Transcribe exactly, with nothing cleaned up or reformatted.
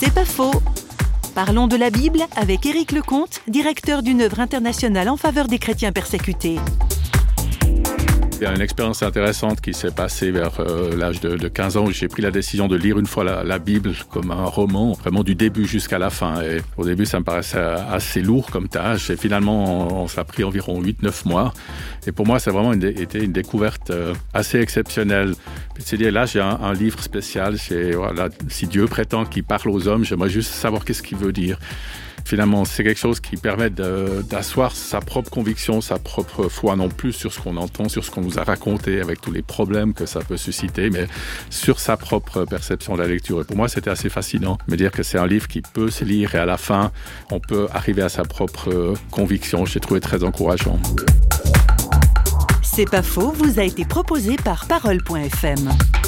C'est pas faux. Parlons de la Bible avec Éric Lecomte, directeur d'une œuvre internationale en faveur des chrétiens persécutés. Il y a une expérience intéressante qui s'est passée vers euh, l'âge de, de quinze ans où j'ai pris la décision de lire une fois la, la Bible comme un roman, vraiment du début jusqu'à la fin. Et au début, ça me paraissait assez lourd comme tâche. Et finalement, on, ça a pris environ huit neuf mois. Et pour moi, ça a vraiment une, été une découverte euh, assez exceptionnelle. Puis c'est dire, là, j'ai un, un livre spécial. J'ai, voilà, si Dieu prétend qu'il parle aux hommes, j'aimerais juste savoir qu'est-ce qu'il veut dire. Finalement, c'est quelque chose qui permet de, d'asseoir sa propre conviction, sa propre foi, non plus sur ce qu'on entend, sur ce qu'on nous a raconté, avec tous les problèmes que ça peut susciter, mais sur sa propre perception de la lecture. Et pour moi, c'était assez fascinant de me dire que c'est un livre qui peut se lire et à la fin, on peut arriver à sa propre conviction. J'ai trouvé très encourageant. C'est pas faux, vous a été proposé par Parole point F M.